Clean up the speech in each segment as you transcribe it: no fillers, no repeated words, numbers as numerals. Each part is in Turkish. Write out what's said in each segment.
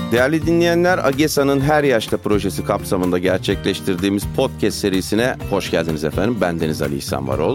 Değerli dinleyenler, AGESA'nın Her Yaşta projesi kapsamında gerçekleştirdiğimiz podcast serisine hoş geldiniz efendim. Ben Deniz Ali İhsan Varol.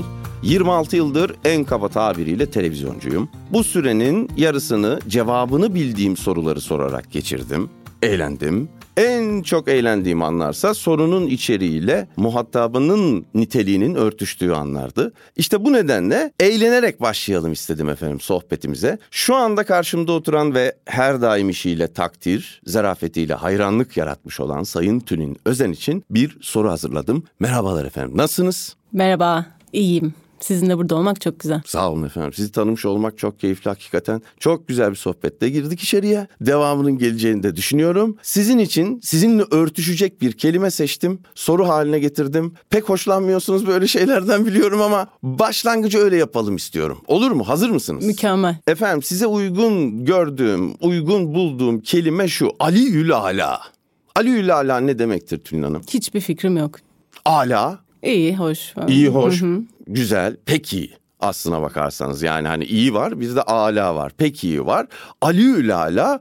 26 yıldır en kaba tabiriyle televizyoncuyum. Bu sürenin yarısını cevabını bildiğim soruları sorarak geçirdim. Eğlendim. En çok eğlendiğim anlarsa sorunun içeriğiyle muhatabının niteliğinin örtüştüğü anlardı. İşte bu nedenle eğlenerek başlayalım istedim efendim sohbetimize. Şu anda karşımda oturan ve her daim işiyle takdir, zarafetiyle hayranlık yaratmış olan Sayın Tülin Özen için bir soru hazırladım. Merhabalar efendim, nasılsınız? Merhaba, iyiyim. Sizinle burada olmak çok güzel. Sağ olun efendim. Sizi tanımış olmak çok keyifli hakikaten. Çok güzel bir sohbette girdik içeriye. Devamının geleceğini de düşünüyorum. Sizin için sizinle örtüşecek bir kelime seçtim. Soru haline getirdim. Pek hoşlanmıyorsunuz böyle şeylerden biliyorum ama başlangıcı öyle yapalım istiyorum. Olur mu? Hazır mısınız? Mükemmel. Efendim size uygun gördüğüm, uygun bulduğum kelime şu. Aliülala. Aliülala ne demektir Tülin Hanım? Hiçbir fikrim yok. Ala. İyi, hoş. İyi, hoş, güzel, peki aslına bakarsanız. Yani hani iyi var, bizde ala var, pek iyi var. Aliülala,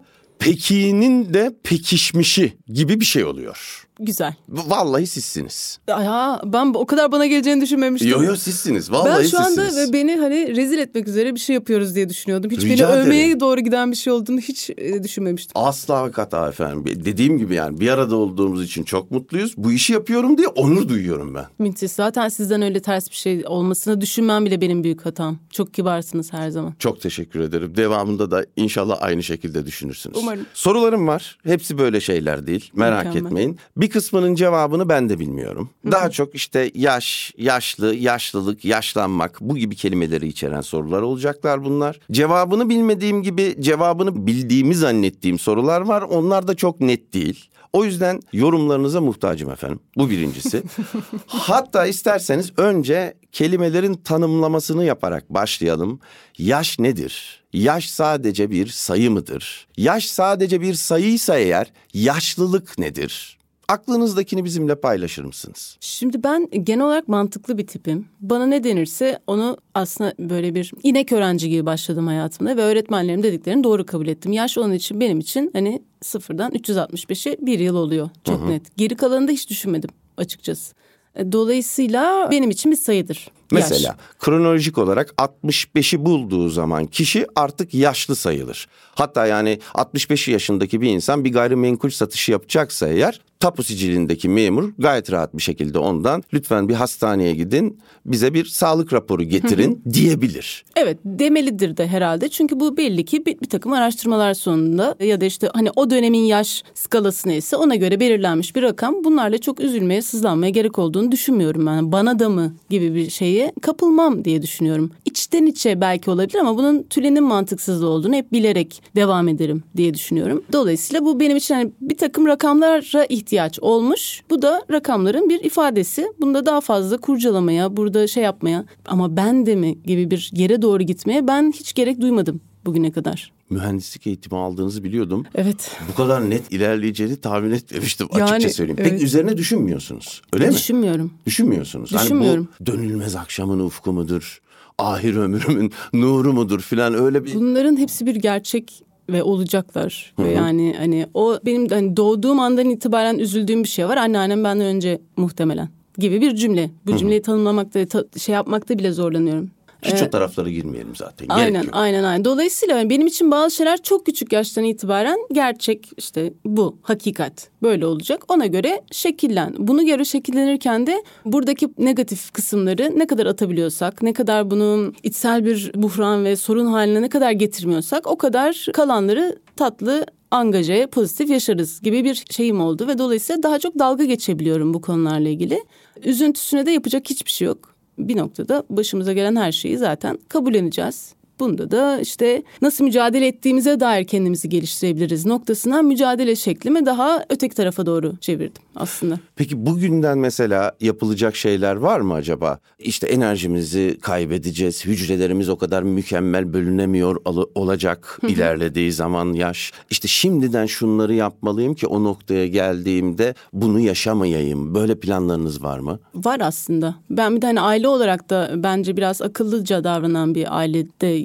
pekinin de pekişmişi gibi bir şey oluyor. Güzel. Vallahi sizsiniz. Ya ben o kadar bana geleceğini düşünmemiştim. Yo sizsiniz. Vallahi ben şu anda sizsiniz. Beni hani rezil etmek üzere bir şey yapıyoruz diye düşünüyordum. Hiç Rica beni övmeye ederim. doğru giden bir şey olduğunu hiç düşünmemiştim. Asla hata efendim. Dediğim gibi yani bir arada olduğumuz için çok mutluyuz. Bu işi yapıyorum diye onur duyuyorum ben. Müthiş. Zaten sizden öyle ters bir şey olmasını düşünmem bile benim büyük hatam. Çok kibarsınız her zaman. Çok teşekkür ederim. Devamında da inşallah aynı şekilde düşünürsünüz. Umarım. Sorularım var. Hepsi böyle şeyler değil. Merak Mükemmel. etmeyin. Bir kısmının cevabını ben de bilmiyorum. Daha çok işte yaş, yaşlı, yaşlılık, yaşlanmak bu gibi kelimeleri içeren sorular olacaklar bunlar. Cevabını bilmediğim gibi cevabını bildiğimi zannettiğim sorular var. Onlar da çok net değil. O yüzden yorumlarınıza muhtacım efendim. Bu birincisi. Hatta isterseniz önce kelimelerin tanımlamasını yaparak başlayalım. Yaş nedir? Yaş sadece bir sayı mıdır? Yaş sadece bir sayıysa eğer yaşlılık nedir? Aklınızdakini bizimle paylaşır mısınız? Şimdi ben genel olarak mantıklı bir tipim. Bana ne denirse onu aslında böyle bir inek öğrenci gibi başladım hayatımda ve öğretmenlerim dediklerini doğru kabul ettim. Yaş onun için benim için hani 0'dan 365'e 1 yıl oluyor. Çok net. Geri kalanını da hiç düşünmedim açıkçası. Dolayısıyla benim için bir sayıdır. Mesela Yaş. kronolojik olarak 65'i bulduğu zaman kişi artık yaşlı sayılır. Hatta yani 65 yaşındaki bir insan bir gayrimenkul satışı yapacaksa eğer tapu sicilindeki memur gayet rahat bir şekilde ondan lütfen bir hastaneye gidin bize bir sağlık raporu getirin diyebilir. Evet, demelidir de herhalde. Çünkü bu belli ki bir takım araştırmalar sonunda ya da işte hani o dönemin yaş skalası neyse ona göre belirlenmiş bir rakam. Bunlarla çok üzülmeye, sızlanmaya gerek olduğunu düşünmüyorum ben. Bana da mı gibi bir şeye kapılmam diye düşünüyorum. İçten içe belki olabilir ama bunun Tülin'in mantıksızlığı olduğunu hep bilerek devam ederim diye düşünüyorum. Dolayısıyla bu benim için hani bir takım rakamlara ihtiyaç olmuş. Bu da rakamların bir ifadesi. Bunda daha fazla kurcalamaya, burada şey yapmaya ama ben de mi gibi bir yere doğru gitmeye ben hiç gerek duymadım bugüne kadar. Mühendislik eğitimi aldığınızı biliyordum. Evet. Bu kadar net ilerleyeceğini tahmin etmemiştim açıkça Yani, söyleyeyim. evet. Pek üzerine düşünmüyorsunuz öyle mi? Düşünmüyorum. Düşünmüyorsunuz. Düşünmüyorum. Hani bu dönülmez akşamın ufku mudur? Ahir ömrümün nuru mudur filan öyle bir... Bunların hepsi bir gerçek ve olacaklar. Ve yani hani o benim hani doğduğum andan itibaren üzüldüğüm bir şey var. Anneannem benden önce muhtemelen gibi bir cümle. Bu cümleyi tanımlamakta şey yapmakta bile zorlanıyorum. Hiç o taraflara girmeyelim zaten. Aynen. Dolayısıyla benim için bazı şeyler çok küçük yaştan itibaren gerçek, işte bu hakikat böyle olacak. Ona göre şekillen. Bunu göre şekillenirken de buradaki negatif kısımları ne kadar atabiliyorsak, ne kadar bunu içsel bir buhran ve sorun haline ne kadar getirmiyorsak o kadar kalanları tatlı, angaje, pozitif yaşarız gibi bir şeyim oldu ve dolayısıyla daha çok dalga geçebiliyorum bu konularla ilgili. Üzüntüsüne de yapacak hiçbir şey yok. Bir noktada başımıza gelen her şeyi zaten kabulleneceğiz. Bunda da işte nasıl mücadele ettiğimize dair kendimizi geliştirebiliriz noktasından mücadele şeklimi daha öteki tarafa doğru çevirdim aslında. Peki bugünden mesela yapılacak şeyler var mı acaba? İşte enerjimizi kaybedeceğiz, hücrelerimiz o kadar mükemmel bölünemiyor olacak ilerlediği zaman yaş. İşte şimdiden şunları yapmalıyım ki o noktaya geldiğimde bunu yaşamayayım. Böyle planlarınız var mı? Var aslında. Ben bir de hani aile olarak da bence biraz akıllıca davranan bir ailede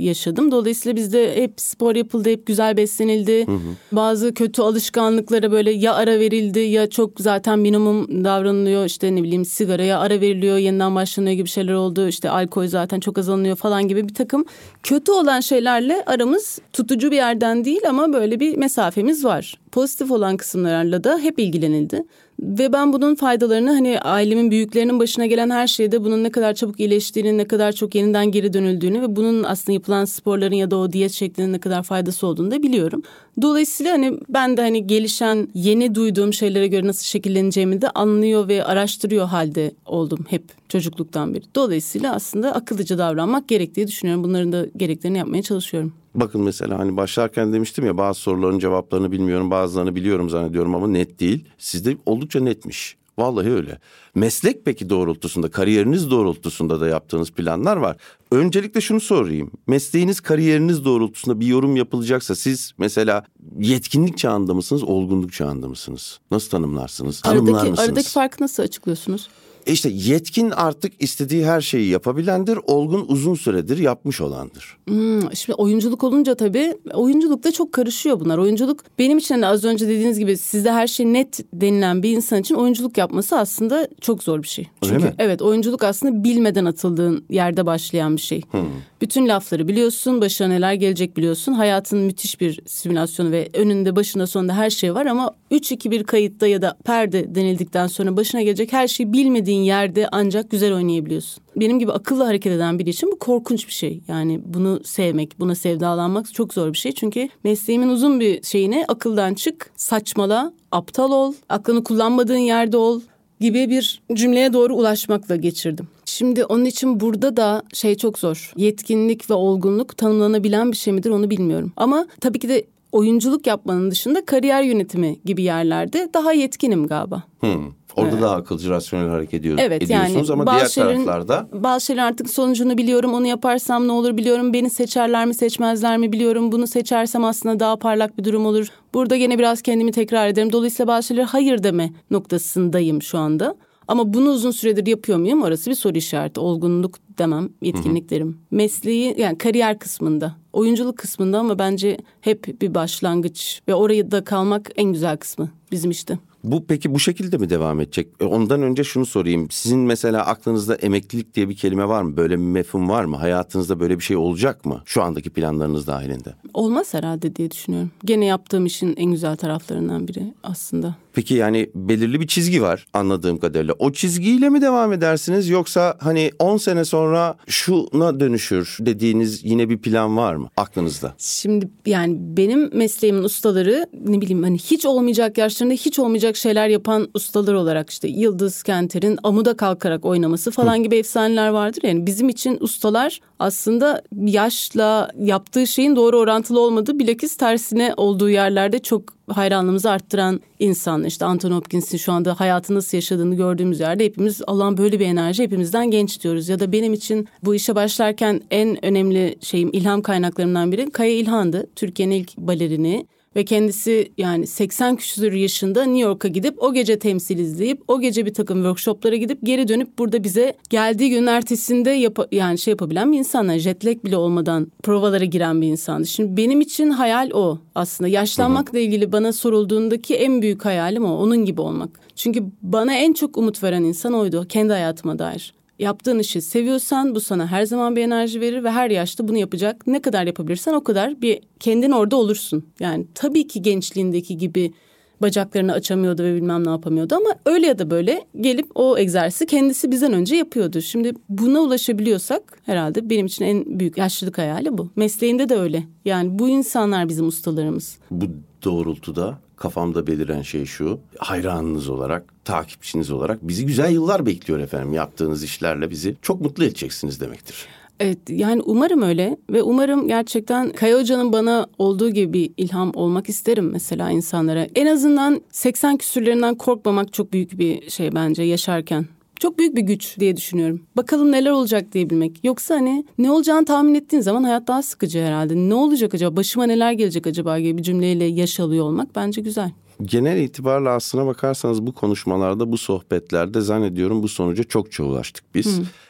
yaşadım. Dolayısıyla bizde hep spor yapıldı, hep güzel beslenildi. Bazı kötü alışkanlıklara böyle ya ara verildi ya çok zaten minimum davranılıyor. İşte ne bileyim sigaraya ara veriliyor, yeniden başlanıyor gibi şeyler oldu. İşte alkol zaten çok azalınıyor falan gibi bir takım kötü olan şeylerle aramız tutucu bir yerden değil ama böyle bir mesafemiz var. Pozitif olan kısımlarla da hep ilgilenildi. Ve ben bunun faydalarını hani ailemin büyüklerinin başına gelen her şeyde bunun ne kadar çabuk iyileştiğini, ne kadar çok yeniden geri dönüldüğünü ve bunun aslında yapılan sporların ya da o diyet şeklinin ne kadar faydası olduğunu da biliyorum. Dolayısıyla hani ben de hani gelişen yeni duyduğum şeylere göre nasıl şekilleneceğimi de anlıyor ve araştırıyor halde oldum hep çocukluktan beri. Dolayısıyla aslında akıllıca davranmak gerektiği düşünüyorum. Bunların da gereklerini yapmaya çalışıyorum. Bakın mesela hani başlarken demiştim ya bazı soruların cevaplarını bilmiyorum, bazılarını biliyorum zannediyorum ama net değil. Sizde oldukça netmiş. Vallahi öyle. Meslek peki doğrultusunda, kariyeriniz doğrultusunda da yaptığınız planlar var. Öncelikle şunu sorayım. Mesleğiniz, kariyeriniz doğrultusunda bir yorum yapılacaksa siz mesela yetkinlik çağında mısınız, olgunluk çağında mısınız? Nasıl tanımlarsınız? Tanımlar mısınız? Aradaki farkı nasıl açıklıyorsunuz? İşte yetkin artık istediği her şeyi yapabilendir, olgun uzun süredir yapmış olandır. Şimdi oyunculuk olunca tabii oyunculukta çok karışıyor bunlar. Oyunculuk benim için az önce dediğiniz gibi sizde her şey net denilen bir insan için oyunculuk yapması aslında çok zor bir şey. Çünkü evet oyunculuk aslında bilmeden atıldığın yerde başlayan bir şey. Bütün lafları biliyorsun, başına neler gelecek biliyorsun. Hayatın müthiş bir simülasyonu ve önünde başında sonunda her şey var ama 3-2-1 kayıtta ya da perde denildikten sonra başına gelecek her şeyi bilmediğin yerde ancak güzel oynayabiliyorsun. Benim gibi akıllı hareket eden biri için bu korkunç bir şey. Yani bunu sevmek, buna sevdalanmak çok zor bir şey. Çünkü mesleğimin uzun bir şeyine akıldan çık, saçmala, aptal ol, aklını kullanmadığın yerde ol gibi bir cümleye doğru ulaşmakla geçirdim. Şimdi onun için burada da şey çok zor. Yetkinlik ve olgunluk tanımlanabilen bir şey midir onu bilmiyorum. Ama tabii ki de oyunculuk yapmanın dışında kariyer yönetimi gibi yerlerde daha yetkinim galiba. Orada daha akılcı, rasyonel hareket ediyorsunuz yani ama diğer taraflarda... Bazı şeylerin artık sonucunu biliyorum, onu yaparsam ne olur biliyorum, beni seçerler mi seçmezler mi biliyorum, bunu seçersem aslında daha parlak bir durum olur. Burada gene biraz kendimi tekrar ederim. Dolayısıyla bazı şeylere hayır deme noktasındayım şu anda. Ama bunu uzun süredir yapıyor muyum? Orası bir soru işareti. Olgunluk demem, yetkinlik derim. Mesleği yani kariyer kısmında, oyunculuk kısmında ama bence hep bir başlangıç ve oraya da kalmak en güzel kısmı bizim işte. Bu peki bu şekilde mi devam edecek? Ondan önce şunu sorayım. Sizin mesela aklınızda emeklilik diye bir kelime var mı? Böyle bir mefhum var mı? Hayatınızda böyle bir şey olacak mı? Şu andaki planlarınız dahilinde. Olmaz herhalde diye düşünüyorum. Gene yaptığım işin en güzel taraflarından biri aslında. Peki yani belirli bir çizgi var anladığım kadarıyla. O çizgiyle mi devam edersiniz yoksa hani 10 sene sonra şuna dönüşür dediğiniz yine bir plan var mı aklınızda? Şimdi yani benim mesleğimin ustaları ne bileyim hani hiç olmayacak yaşlarında hiç olmayacak şeyler yapan ustalar olarak işte Yıldız Kenter'in amuda kalkarak oynaması falan gibi efsaneler vardır. Yani bizim için ustalar aslında yaşla yaptığı şeyin doğru orantılı olmadığı bilakis tersine olduğu yerlerde çok hayranlığımızı arttıran insan. İşte Anthony Hopkins'in şu anda hayatı nasıl yaşadığını gördüğümüz yerde hepimiz Allah'ın böyle bir enerji hepimizden genç diyoruz. Ya da benim için bu işe başlarken en önemli şeyim ilham kaynaklarımdan biri Kaya İlhan'dı. Türkiye'nin ilk balerini. Ve kendisi yani 80 küsur yaşında New York'a gidip o gece temsil izleyip o gece bir takım workshoplara gidip geri dönüp burada bize geldiği günün ertesinde yapabilen bir insan. Yani jet lag bile olmadan provalara giren bir insandı. Şimdi benim için hayal o aslında. Yaşlanmakla ilgili bana sorulduğundaki en büyük hayalim o. Onun gibi olmak. Çünkü bana en çok umut veren insan oydu. Kendi hayatıma dair. Yaptığın işi seviyorsan bu sana her zaman bir enerji verir ve her yaşta bunu yapacak. Ne kadar yapabilirsen o kadar bir kendin orada olursun. Yani tabii ki gençliğindeki gibi bacaklarını açamıyordu ve bilmem ne yapamıyordu ama öyle ya da böyle gelip o egzersizi kendisi bizden önce yapıyordu. Şimdi buna ulaşabiliyorsak herhalde benim için en büyük yaşlılık hayali bu. Mesleğinde de öyle. Yani bu insanlar bizim ustalarımız. Bu doğrultuda kafamda beliren şey şu: hayranınız olarak, takipçiniz olarak bizi güzel yıllar bekliyor efendim. Yaptığınız işlerle bizi çok mutlu edeceksiniz demektir. Evet, yani umarım öyle ve umarım gerçekten Kaya Hoca'nın bana olduğu gibi bir ilham olmak isterim mesela insanlara. En azından 80 küsürlerinden korkmamak çok büyük bir şey bence yaşarken. Çok büyük bir güç diye düşünüyorum. Bakalım neler olacak diyebilmek. Yoksa hani ne olacağını tahmin ettiğin zaman hayat daha sıkıcı herhalde. Ne olacak acaba? Başıma neler gelecek acaba gibi bir cümleyle yaş alıyor olmak bence güzel. Genel itibarla aslına bakarsanız bu konuşmalarda, bu sohbetlerde zannediyorum bu sonuca çokça ulaştık biz.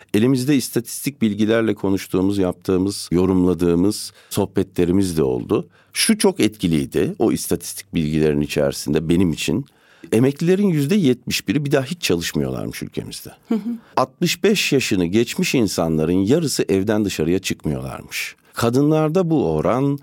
Elimizde istatistik bilgilerle konuştuğumuz, yaptığımız, yorumladığımız sohbetlerimiz de oldu. Şu çok etkiliydi o istatistik bilgilerin içerisinde benim için. Emeklilerin %71'i bir daha hiç çalışmıyorlarmış ülkemizde. 65 yaşını geçmiş insanların yarısı evden dışarıya çıkmıyorlarmış. Kadınlarda bu oran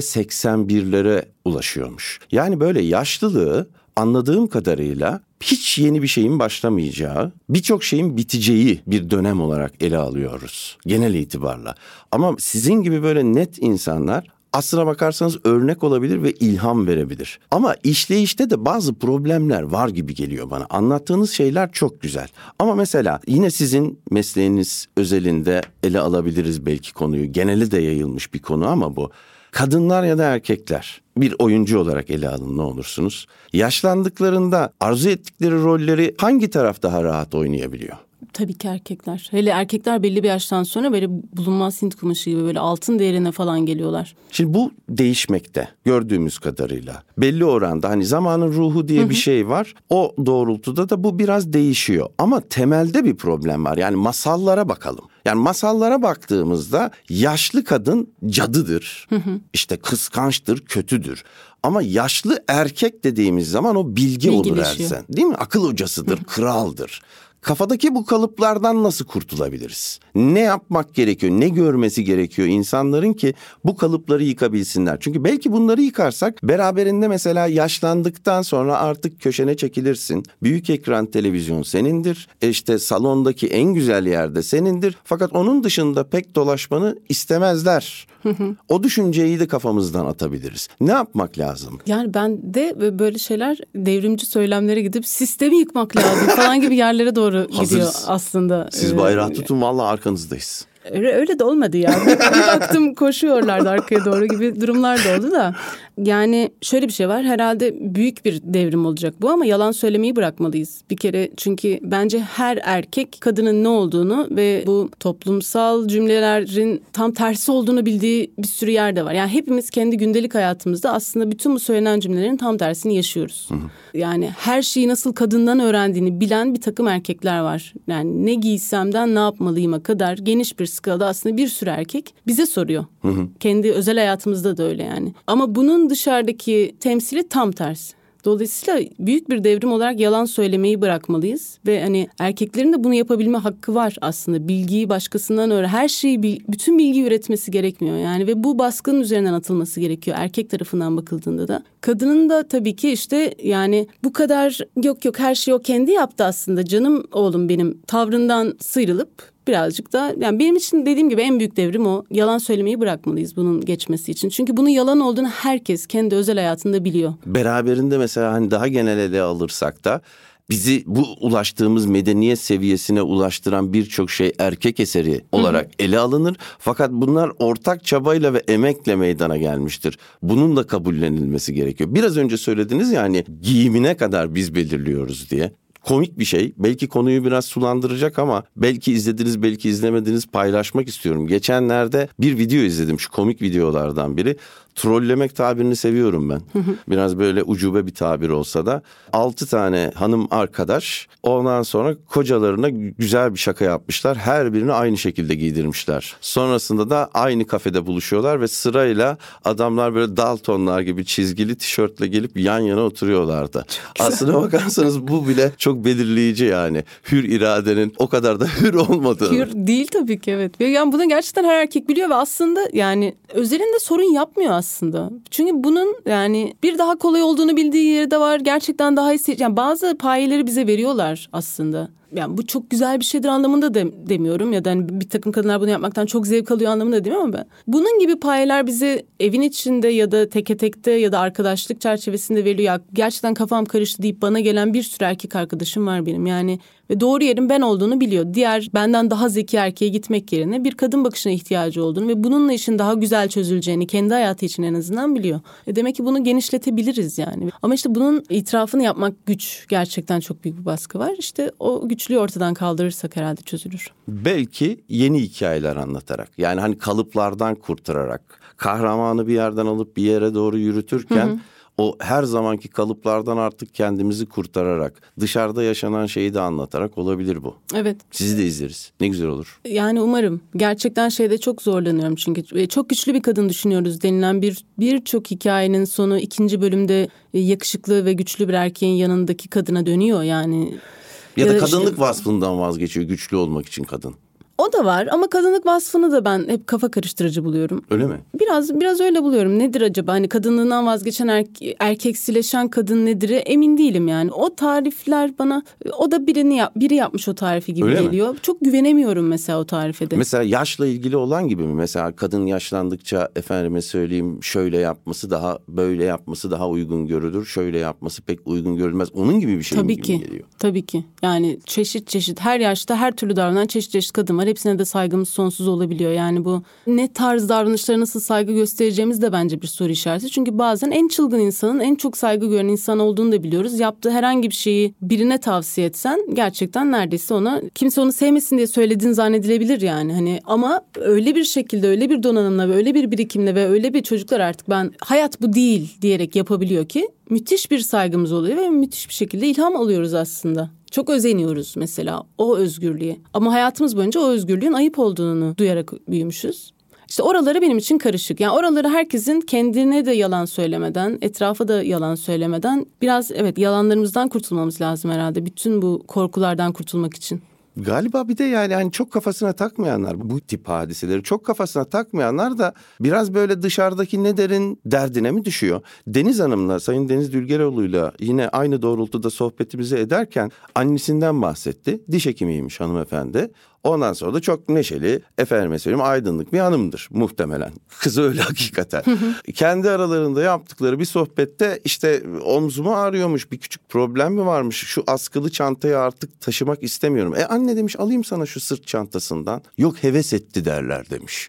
%81'lere ulaşıyormuş. Yani böyle yaşlılığı anladığım kadarıyla hiç yeni bir şeyin başlamayacağı, birçok şeyin biteceği bir dönem olarak ele alıyoruz genel itibarla. Ama sizin gibi böyle net insanlar aslına bakarsanız örnek olabilir ve ilham verebilir. Ama işleyişte de bazı problemler var gibi geliyor bana. Anlattığınız şeyler çok güzel. Ama mesela yine sizin mesleğiniz özelinde ele alabiliriz belki konuyu. Geneli de yayılmış bir konu ama bu. Kadınlar ya da erkekler bir oyuncu olarak ele alın ne olursunuz. Yaşlandıklarında arzu ettikleri rolleri hangi taraf daha rahat oynayabiliyor? Tabii ki erkekler. Hele erkekler belli bir yaştan sonra böyle bulunmaz Hint kumaşı gibi böyle altın değerine falan geliyorlar. Şimdi bu değişmekte gördüğümüz kadarıyla. Belli oranda hani zamanın ruhu diye bir şey var. O doğrultuda da bu biraz değişiyor. Ama temelde bir problem var. Yani masallara bakalım. Yani masallara baktığımızda yaşlı kadın cadıdır. İşte kıskançtır, kötüdür. Ama yaşlı erkek dediğimiz zaman o bilge olur Ersen. Değil mi? Akıl hocasıdır, kraldır. Kafadaki bu kalıplardan nasıl kurtulabiliriz? Ne yapmak gerekiyor? Ne görmesi gerekiyor insanların ki bu kalıpları yıkabilsinler? Çünkü belki bunları yıkarsak beraberinde mesela yaşlandıktan sonra artık köşene çekilirsin. Büyük ekran televizyon senindir. İşte salondaki en güzel yerde senindir. Fakat onun dışında pek dolaşmanı istemezler. O düşünceyi de kafamızdan atabiliriz. Ne yapmak lazım? Yani ben de böyle şeyler devrimci söylemlere gidip sistemi yıkmak lazım falan gibi yerlere doğru gidiyor aslında. Siz bayrağı tutun vallahi arkanızdayız. Öyle de olmadı ya. Bir baktım koşuyorlardı arkaya doğru gibi durumlar da oldu da. Yani şöyle bir şey var. Herhalde büyük bir devrim olacak bu ama yalan söylemeyi bırakmalıyız. Bir kere çünkü bence her erkek kadının ne olduğunu ve bu toplumsal cümlelerin tam tersi olduğunu bildiği bir sürü yer de var. Yani hepimiz kendi gündelik hayatımızda aslında bütün bu söylenen cümlelerin tam tersini yaşıyoruz. Yani her şeyi nasıl kadından öğrendiğini bilen bir takım erkekler var. Yani ne giysemden ne yapmalıyıma kadar geniş bir skalada aslında bir sürü erkek bize soruyor. Kendi özel hayatımızda da öyle yani. Ama bunun dışarıdaki temsili tam tersi. Dolayısıyla büyük bir devrim olarak yalan söylemeyi bırakmalıyız ve hani erkeklerin de bunu yapabilme hakkı var aslında. Bilgiyi başkasından öğren, her şeyi bütün bilgi üretmesi gerekmiyor yani ve bu baskının üzerinden atılması gerekiyor erkek tarafından bakıldığında da. Kadının da tabii ki işte yani bu kadar yok her şeyi o kendi yaptı aslında canım oğlum benim tavrından sıyrılıp birazcık da yani benim için dediğim gibi en büyük devrim o. Yalan söylemeyi bırakmalıyız bunun geçmesi için. Çünkü bunun yalan olduğunu herkes kendi özel hayatında biliyor. Beraberinde mesela hani daha genel ele alırsak da bizi bu ulaştığımız medeniyet seviyesine ulaştıran birçok şey erkek eseri olarak ele alınır. Fakat bunlar ortak çabayla ve emekle meydana gelmiştir. Bunun da kabullenilmesi gerekiyor. Biraz önce söylediniz ya hani giyimine kadar biz belirliyoruz diye. Komik bir şey. Belki konuyu biraz sulandıracak ama belki izlediniz, belki izlemediniz, paylaşmak istiyorum. Geçenlerde bir video izledim, şu komik videolardan biri. Trollemek tabirini seviyorum ben. Biraz böyle ucube bir tabir olsa da 6 tane hanım arkadaş ondan sonra kocalarına güzel bir şaka yapmışlar. Her birini aynı şekilde giydirmişler. Sonrasında da aynı kafede buluşuyorlar ve sırayla adamlar böyle Daltonlar gibi çizgili tişörtle gelip yan yana oturuyorlardı. Aslına bakarsanız bu bile çok belirleyici yani. Hür iradenin o kadar da hür olmadığını. Hür değil tabii ki evet. Yani bunu gerçekten her erkek biliyor ve aslında yani özelinde sorun yapmıyor aslında. Çünkü bunun yani bir daha kolay olduğunu bildiği yeri de var. Gerçekten daha yani bazı payeleri bize veriyorlar aslında. Yani bu çok güzel bir şeydir anlamında demiyorum ya da hani bir takım kadınlar bunu yapmaktan çok zevk alıyor anlamında demiyorum ama ben. Bunun gibi payeler bize evin içinde ya da teke tekte ya da arkadaşlık çerçevesinde veriliyor. Ya gerçekten kafam karıştı deyip bana gelen bir sürü erkek arkadaşım var benim yani. Ve doğru yerin ben olduğunu biliyor. Diğer benden daha zeki erkeğe gitmek yerine bir kadın bakışına ihtiyacı olduğunu ve bununla işin daha güzel çözüleceğini kendi hayatı için en azından biliyor. Demek ki bunu genişletebiliriz yani. Ama işte bunun itirafını yapmak güç. Gerçekten çok büyük bir baskı var. İşte o güçlüğü ortadan kaldırırsak herhalde çözülür. Belki yeni hikayeler anlatarak yani hani kalıplardan kurtararak kahramanı bir yerden alıp bir yere doğru yürütürken o her zamanki kalıplardan artık kendimizi kurtararak, dışarıda yaşanan şeyi de anlatarak olabilir bu. Evet. Sizi de izleriz. Ne güzel olur. Yani umarım. Gerçekten şeyde çok zorlanıyorum çünkü. Çok güçlü bir kadın düşünüyoruz denilen birçok hikayenin sonu 2. bölümde yakışıklı ve güçlü bir erkeğin yanındaki kadına dönüyor yani. Ya da kadınlık vasfından vazgeçiyor güçlü olmak için kadın. O da var ama kadınlık vasfını da ben hep kafa karıştırıcı buluyorum. Öyle mi? Biraz öyle buluyorum. Nedir acaba? Hani kadınlığından vazgeçen erkeksileşen kadın nedir? Emin değilim yani. O tarifler bana, o da biri yapmış o tarifi gibi öyle geliyor. Mi? Çok güvenemiyorum mesela o tarife de. Mesela yaşla ilgili olan gibi mi? Mesela kadın yaşlandıkça efendime söyleyeyim şöyle yapması daha, böyle yapması daha uygun görülür. Şöyle yapması pek uygun görülmez. Onun gibi bir şey mi gibi geliyor? Tabii ki. Yani çeşit her yaşta her türlü davranan çeşit kadın var. Hepsine de saygımız sonsuz olabiliyor. Yani bu ne tarz davranışlara nasıl saygı göstereceğimiz de bence bir soru işareti. Çünkü bazen en çılgın insanın en çok saygı gören insan olduğunu da biliyoruz. Yaptığı herhangi bir şeyi birine tavsiye etsen gerçekten neredeyse kimse onu sevmesin diye söylediğin zannedilebilir yani. Hani ama öyle bir şekilde, öyle bir donanımla ve öyle bir birikimle ve öyle bir çocuklar artık hayat bu değil diyerek yapabiliyor ki müthiş bir saygımız oluyor ve müthiş bir şekilde ilham alıyoruz aslında. Çok özeniyoruz mesela o özgürlüğe. Ama hayatımız boyunca o özgürlüğün ayıp olduğunu duyarak büyümüşüz. İşte oraları benim için karışık. Yani oraları herkesin kendine de yalan söylemeden, etrafa da yalan söylemeden biraz yalanlarımızdan kurtulmamız lazım herhalde. Bütün bu korkulardan kurtulmak için. Galiba bir de yani hani çok kafasına takmayanlar, bu tip hadiseleri çok kafasına takmayanlar da biraz böyle dışarıdaki ne derin derdine mi düşüyor? Deniz Hanım'la, Sayın Deniz Dülgeroğlu'yla yine aynı doğrultuda sohbetimizi ederken annesinden bahsetti. Diş hekimiymiş hanımefendi. Ondan sonra da çok neşeli, efendime söyleyeyim aydınlık bir hanımdır muhtemelen. Kızı öyle hakikaten. Kendi aralarında yaptıkları bir sohbette işte omzumu ağrıyormuş, bir küçük problem mi varmış? Şu askılı çantayı artık taşımak istemiyorum. Anne demiş, alayım sana şu sırt çantasından. Yok, heves etti derler demiş.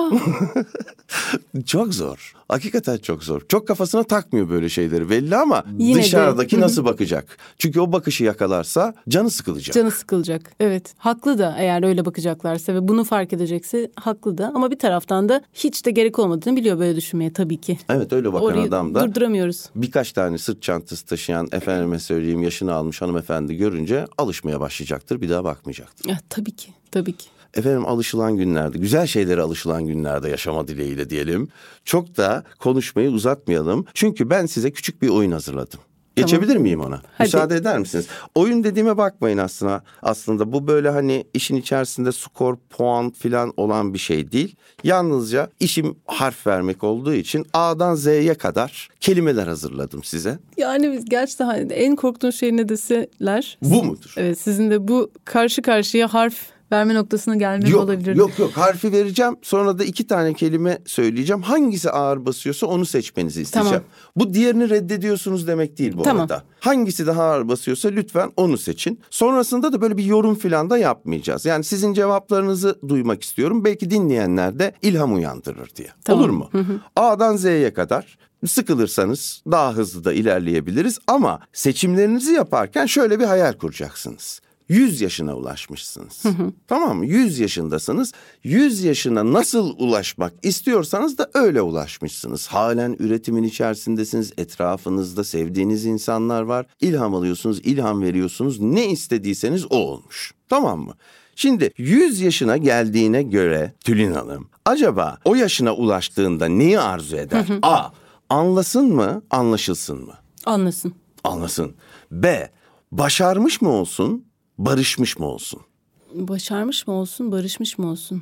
Çok zor. Hakikaten çok zor. Çok kafasına takmıyor böyle şeyleri belli ama yine dışarıdaki nasıl bakacak? Çünkü o bakışı yakalarsa canı sıkılacak. Canı sıkılacak. Evet. Haklı da eğer öyle bakacaklarsa ve bunu fark edecekse haklı da. Ama bir taraftan da hiç de gerek olmadığını biliyor böyle düşünmeye tabii ki. Evet, öyle bakan orayı adam da durduramıyoruz. Birkaç tane sırt çantası taşıyan efendime söyleyeyim yaşını almış hanımefendi görünce alışmaya başlayacaktır. Bir daha bakmayacaktır. Ya, tabii ki. Tabii ki. Efendim, alışılan günlerde, güzel şeylere alışılan günlerde yaşama dileğiyle diyelim. Çok da konuşmayı uzatmayalım. Çünkü ben size küçük bir oyun hazırladım. Geçebilir miyim ona? Hadi. Müsaade eder misiniz? Oyun dediğime bakmayın aslında. Aslında bu böyle hani işin içerisinde skor, puan falan olan bir şey değil. Yalnızca işim harf vermek olduğu için A'dan Z'ye kadar kelimeler hazırladım size. Yani biz gerçekten en korktuğun şey ne deseler? Bu mudur? Evet, sizin de bu karşı karşıya harf verme noktasına gelmek olabilir. Yok harfi vereceğim, sonra da 2 tane kelime söyleyeceğim. Hangisi ağır basıyorsa onu seçmenizi isteyeceğim. Tamam. Bu diğerini reddediyorsunuz demek değil bu arada. Hangisi daha ağır basıyorsa lütfen onu seçin. Sonrasında da böyle bir yorum falan da yapmayacağız. Yani sizin cevaplarınızı duymak istiyorum. Belki dinleyenler de ilham uyandırır diye. Tamam. Olur mu? A'dan Z'ye kadar. Sıkılırsanız daha hızlı da ilerleyebiliriz ama seçimlerinizi yaparken şöyle bir hayal kuracaksınız. 100 yaşına ulaşmışsınız. Tamam mı? 100 yaşındasınız. 100 yaşına nasıl ulaşmak istiyorsanız da öyle ulaşmışsınız. Halen üretimin içerisindesiniz. Etrafınızda sevdiğiniz insanlar var. İlham alıyorsunuz, ilham veriyorsunuz. Ne istediyseniz o olmuş. Tamam mı? Şimdi 100 yaşına geldiğine göre Tülin Hanım, acaba o yaşına ulaştığında neyi arzu eder? A. Anlasın mı, anlaşılsın mı? Anlasın. Anlasın. B. Başarmış mı olsun, barışmış mı olsun? Başarmış mı olsun, barışmış mı olsun?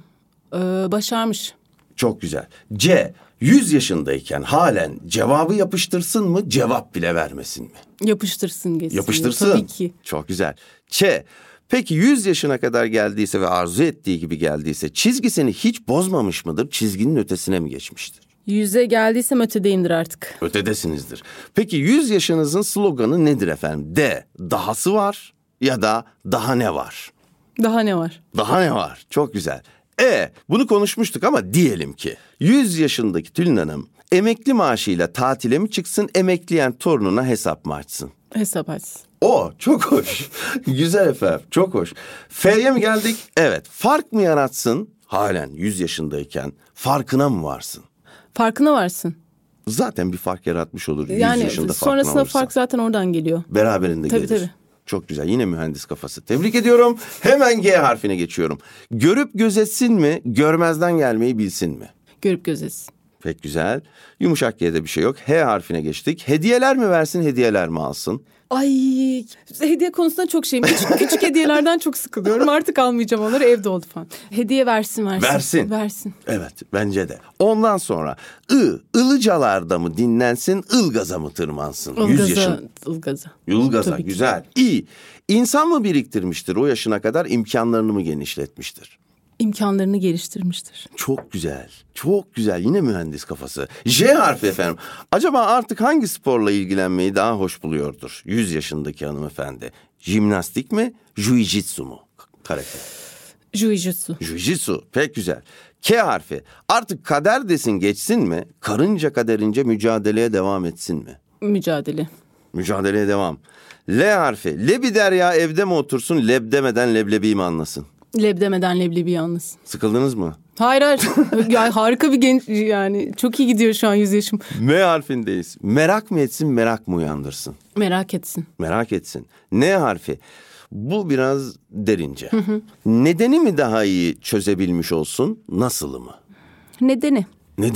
Başarmış. Çok güzel. C. 100 yaşındayken halen cevabı yapıştırsın mı, cevap bile vermesin mi? Yapıştırsın geçsin. Yapıştırsın. Tabii ki. Çok güzel. Ç. Peki 100 yaşına kadar geldiyse ve arzu ettiği gibi geldiyse çizgisini hiç bozmamış mıdır? Çizginin ötesine mi geçmiştir? 100'e geldiysem ötedeyimdir artık. Ötedesinizdir. Peki 100 yaşınızın sloganı nedir efendim? D. Dahası var ya da daha ne var? Daha ne var? Daha ne var? Çok güzel. Bunu konuşmuştuk ama diyelim ki 100 yaşındaki Tülin Hanım emekli maaşıyla tatile mi çıksın, emekleyen torununa hesap mı açsın? Hesap açsın. Çok hoş. Güzel efendim, çok hoş. F'ye mi geldik? Evet. Fark mı yaratsın? Halen 100 yaşındayken farkına mı varsın? Farkına varsın. zaten bir fark yaratmış olur. 100 Yani yaşında sonrasında olursa. fark zaten oradan geliyor. Beraberinde Tabii, gelir. tabii. Çok güzel. Yine mühendis kafası. Tebrik ediyorum. Hemen G harfine geçiyorum. Görüp gözetsin mi, görmezden gelmeyi bilsin mi? Görüp gözetsin. Pek güzel. Yumuşak G'de bir şey yok. H harfine geçtik. Hediyeler mi versin, hediyeler mi alsın? Ay, hediye konusunda çok şeyim. Küçük hediyelerden çok sıkılıyorum. Artık almayacağım onları, evde oldu falan. Hediye versin. Versin. Evet, bence de. Ondan sonra ılıcalarda mı dinlensin, ılgaza mı tırmansın? 100 yaşın. Ilgaza. Tabii güzel. İ, insan mı biriktirmiştir o yaşına kadar, imkanlarını mı genişletmiştir? İmkanlarını geliştirmiştir. Çok güzel. Çok güzel. Yine mühendis kafası. J harfi efendim. Acaba artık hangi sporla ilgilenmeyi daha hoş buluyordur 100 yaşındaki hanımefendi? Jimnastik mi? Jiu-jitsu mu? Karate. Jiu-jitsu. Jiu-jitsu. Pek güzel. K harfi. Artık kader desin geçsin mi? Karınca kaderince mücadeleye devam etsin mi? Mücadeleye devam. L harfi. Lebi der ya evde mi otursun, leb demeden leblebi mi anlasın? Leb demeden leblebi yalnız. Sıkıldınız mı? Hayır. Yani harika bir genç, yani çok iyi gidiyor şu an 100 yaşım. M harfindeyiz. Merak mı etsin, merak mı uyandırsın? Merak etsin. N harfi. Bu biraz derince. Nedeni mi daha iyi çözebilmiş olsun, nasılı mı? Nedeni.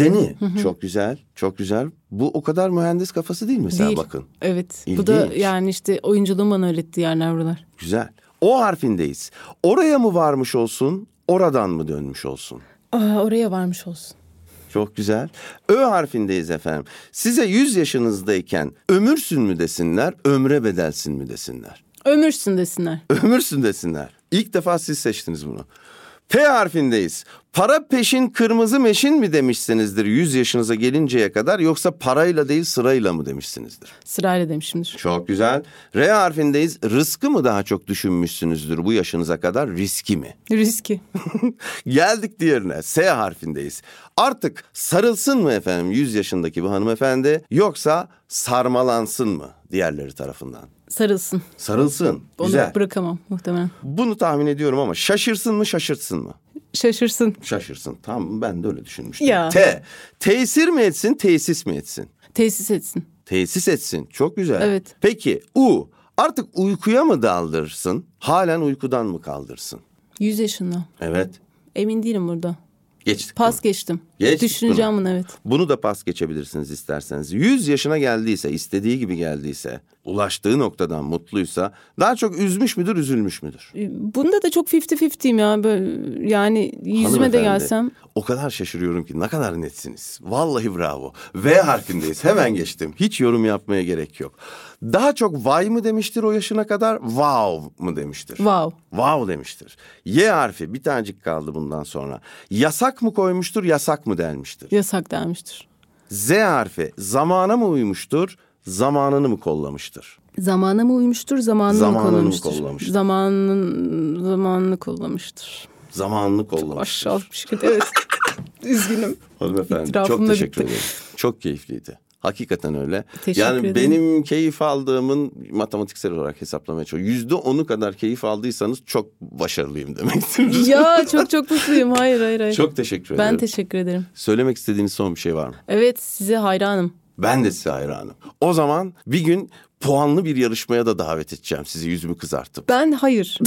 Çok güzel, çok güzel. Bu o kadar mühendis kafası değil mesela, bakın. Evet. İlginç. Bu da yani işte oyunculuğun bana öğrettiği yerler buralar. Güzel. O harfindeyiz. Oraya mı varmış olsun, oradan mı dönmüş olsun? Oraya varmış olsun. Çok güzel. Ö harfindeyiz efendim. Size 100 yaşınızdayken ömürsün mü desinler, ömre bedelsin mi desinler? Ömürsün desinler. İlk defa siz seçtiniz bunu. P harfindeyiz. Para peşin kırmızı meşin mi demişsinizdir 100 yaşınıza gelinceye kadar, yoksa parayla değil sırayla mı demişsinizdir? Sırayla demişimdir. Çok güzel. R harfindeyiz. Rızkı mı daha çok düşünmüşsünüzdür bu yaşınıza kadar, riski mi? Riski. Geldik diğerine. S harfindeyiz. Artık sarılsın mı efendim 100 yaşındaki bu hanımefendi, yoksa sarmalansın mı diğerleri tarafından? Sarılsın. Güzel. Onu bırakamam muhtemelen. Bunu tahmin ediyorum ama şaşırsın mı, şaşırtsın mı? Şaşırsın. Tamam, ben de öyle düşünmüştüm. Ya. Tesir mi etsin, tesis mi etsin? Tesis etsin. Çok güzel. Evet. Peki artık uykuya mı daldırsın, halen uykudan mı kaldırsın? 100 yaşında. Evet. Emin değilim burada. Geçtik. Pas geçtim. Geçtik Düşüneceğim bunu, evet. Bunu da pas geçebilirsiniz isterseniz. 100 yaşına geldiyse, istediği gibi geldiyse, ulaştığı noktadan mutluysa, daha çok üzmüş müdür, üzülmüş müdür? Bunda da çok 50-50'yim ya. Böyle, yani yüzüme de gelsem. O kadar şaşırıyorum ki, ne kadar netsiniz. Vallahi bravo. V harfindeyiz. Hemen geçtim. Hiç yorum yapmaya gerek yok. Daha çok vay mı demiştir o yaşına kadar, wow mı demiştir? Wow demiştir. Y harfi bir tanecik kaldı bundan sonra. Yasak mı koymuştur, yasak mı denmiştir? Yasak denmiştir. Z harfi zamana mı uymuştur, zamanını mı kollamıştır? Zamana mı uymuştur, zamanını mı kollamıştır? Zamanını kollamıştır. Aşağı bir şekilde, evet. Üzgünüm. Hanımefendi çok teşekkür ederim. Çok keyifliydi. Hakikaten öyle. Teşekkür ederim. Benim keyif aldığımın matematiksel olarak hesaplamaya çalışıyorum. %10'u kadar keyif aldıysanız çok başarılıyım demektir. Ya çok mutluyum. Hayır. Çok teşekkür ederim. Ben teşekkür ederim. Söylemek istediğiniz son bir şey var mı? Evet, size hayranım. Ben de size hayranım. O zaman bir gün puanlı bir yarışmaya da davet edeceğim sizi, yüzümü kızartıp. Ben hayır.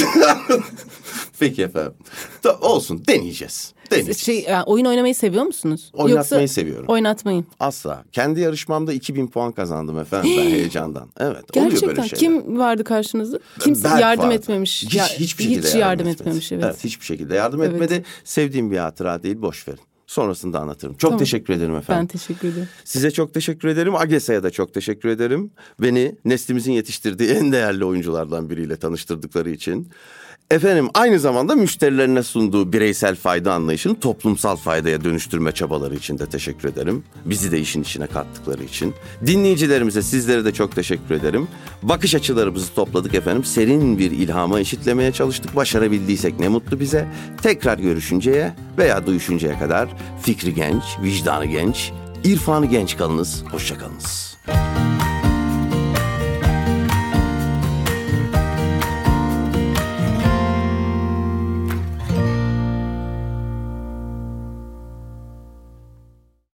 Peki efendim. Olsun, deneyeceğiz. Oyun oynamayı seviyor musunuz? Oynatmayı seviyorum. Oynatmayın. Asla. Kendi yarışmamda 2000 puan kazandım efendim ben heyecandan. Evet. Gerçekten. Oluyor böyle şeyler. Kim vardı karşınızda? Kimse yardım etmemiş. Hiçbir şekilde yardım etmemiş. Evet. Hiçbir şekilde yardım etmedi. Sevdiğim bir hatıra değil, boş verin. Sonrasında anlatırım. Çok teşekkür ederim efendim. Ben teşekkür ederim. Size çok teşekkür ederim. Agesa'ya da çok teşekkür ederim. Beni neslimizin yetiştirdiği en değerli oyunculardan biriyle tanıştırdıkları için. Efendim, aynı zamanda müşterilerine sunduğu bireysel fayda anlayışını toplumsal faydaya dönüştürme çabaları için de teşekkür ederim. Bizi de işin içine kattıkları için. Dinleyicilerimize, sizlere de çok teşekkür ederim. Bakış açılarımızı topladık efendim. Serin bir ilhama eşitlemeye çalıştık. Başarabildiysek ne mutlu bize. Tekrar görüşünceye veya duyuşuncaya kadar fikri genç, vicdanı genç, irfanı genç kalınız. Hoşça kalınız.